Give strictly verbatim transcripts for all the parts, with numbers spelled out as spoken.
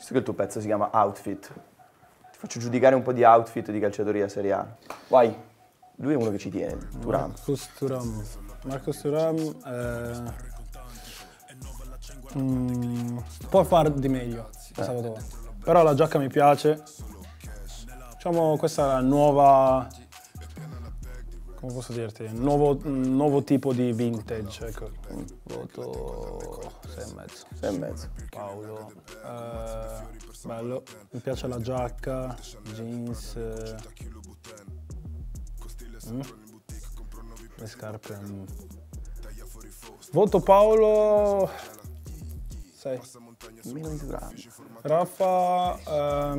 Visto che il tuo pezzo si chiama Outfit, ti faccio giudicare un po' di outfit di calciatori a Serie A. Vai, lui è uno che ci tiene, Thuram. Marcus Thuram. Marcus Thuram eh, mm, può far di meglio, eh. sabato. Però la giacca mi piace. Diciamo questa è la nuova, come posso dirti, nuovo, nuovo tipo di vintage, ecco. Voto sei e mezzo. sei e mezzo. Paolo, eh, bello, mi piace la giacca, jeans, eh, mm, le scarpe. Mm. Voto Paolo sei. Meno di Thuram. Raffa, eh,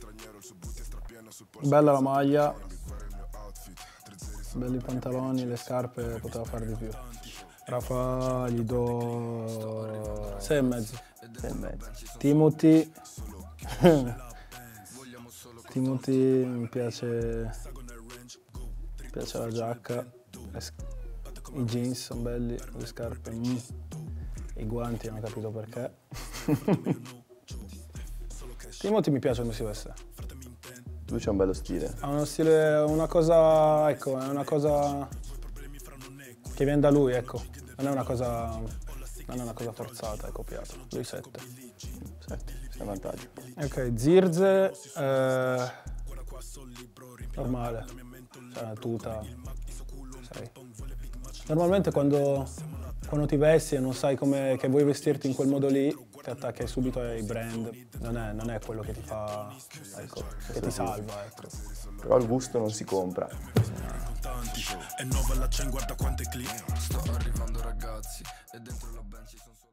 bella la maglia, belli i pantaloni, le scarpe, poteva fare di più. Raffa gli do sei e mezzo. sei e mezzo. Timothy, Timothy mi piace, mi piace la giacca, i jeans sono belli, le scarpe, mm. i guanti non ho capito perché. Timothy mi piace come si veste. Lui c'ha un bello stile. Ha uno stile, una cosa, ecco, è una cosa che viene da lui, ecco. Non è una cosa, non è una cosa forzata, è copiato. Lui sette. sette, sei a vantaggio. Ok, Zirze, eh, normale, cioè una tuta, sei. Normalmente quando, quando ti vesti e non sai come, che vuoi vestirti in quel modo lì, ti attacchi subito ai brand, non è, non è quello che ti fa, ecco, che ti salva, ecco. Però il gusto non si compra. E nove la c'è, guarda quante clip. Sto arrivando ragazzi e dentro la bench ci sono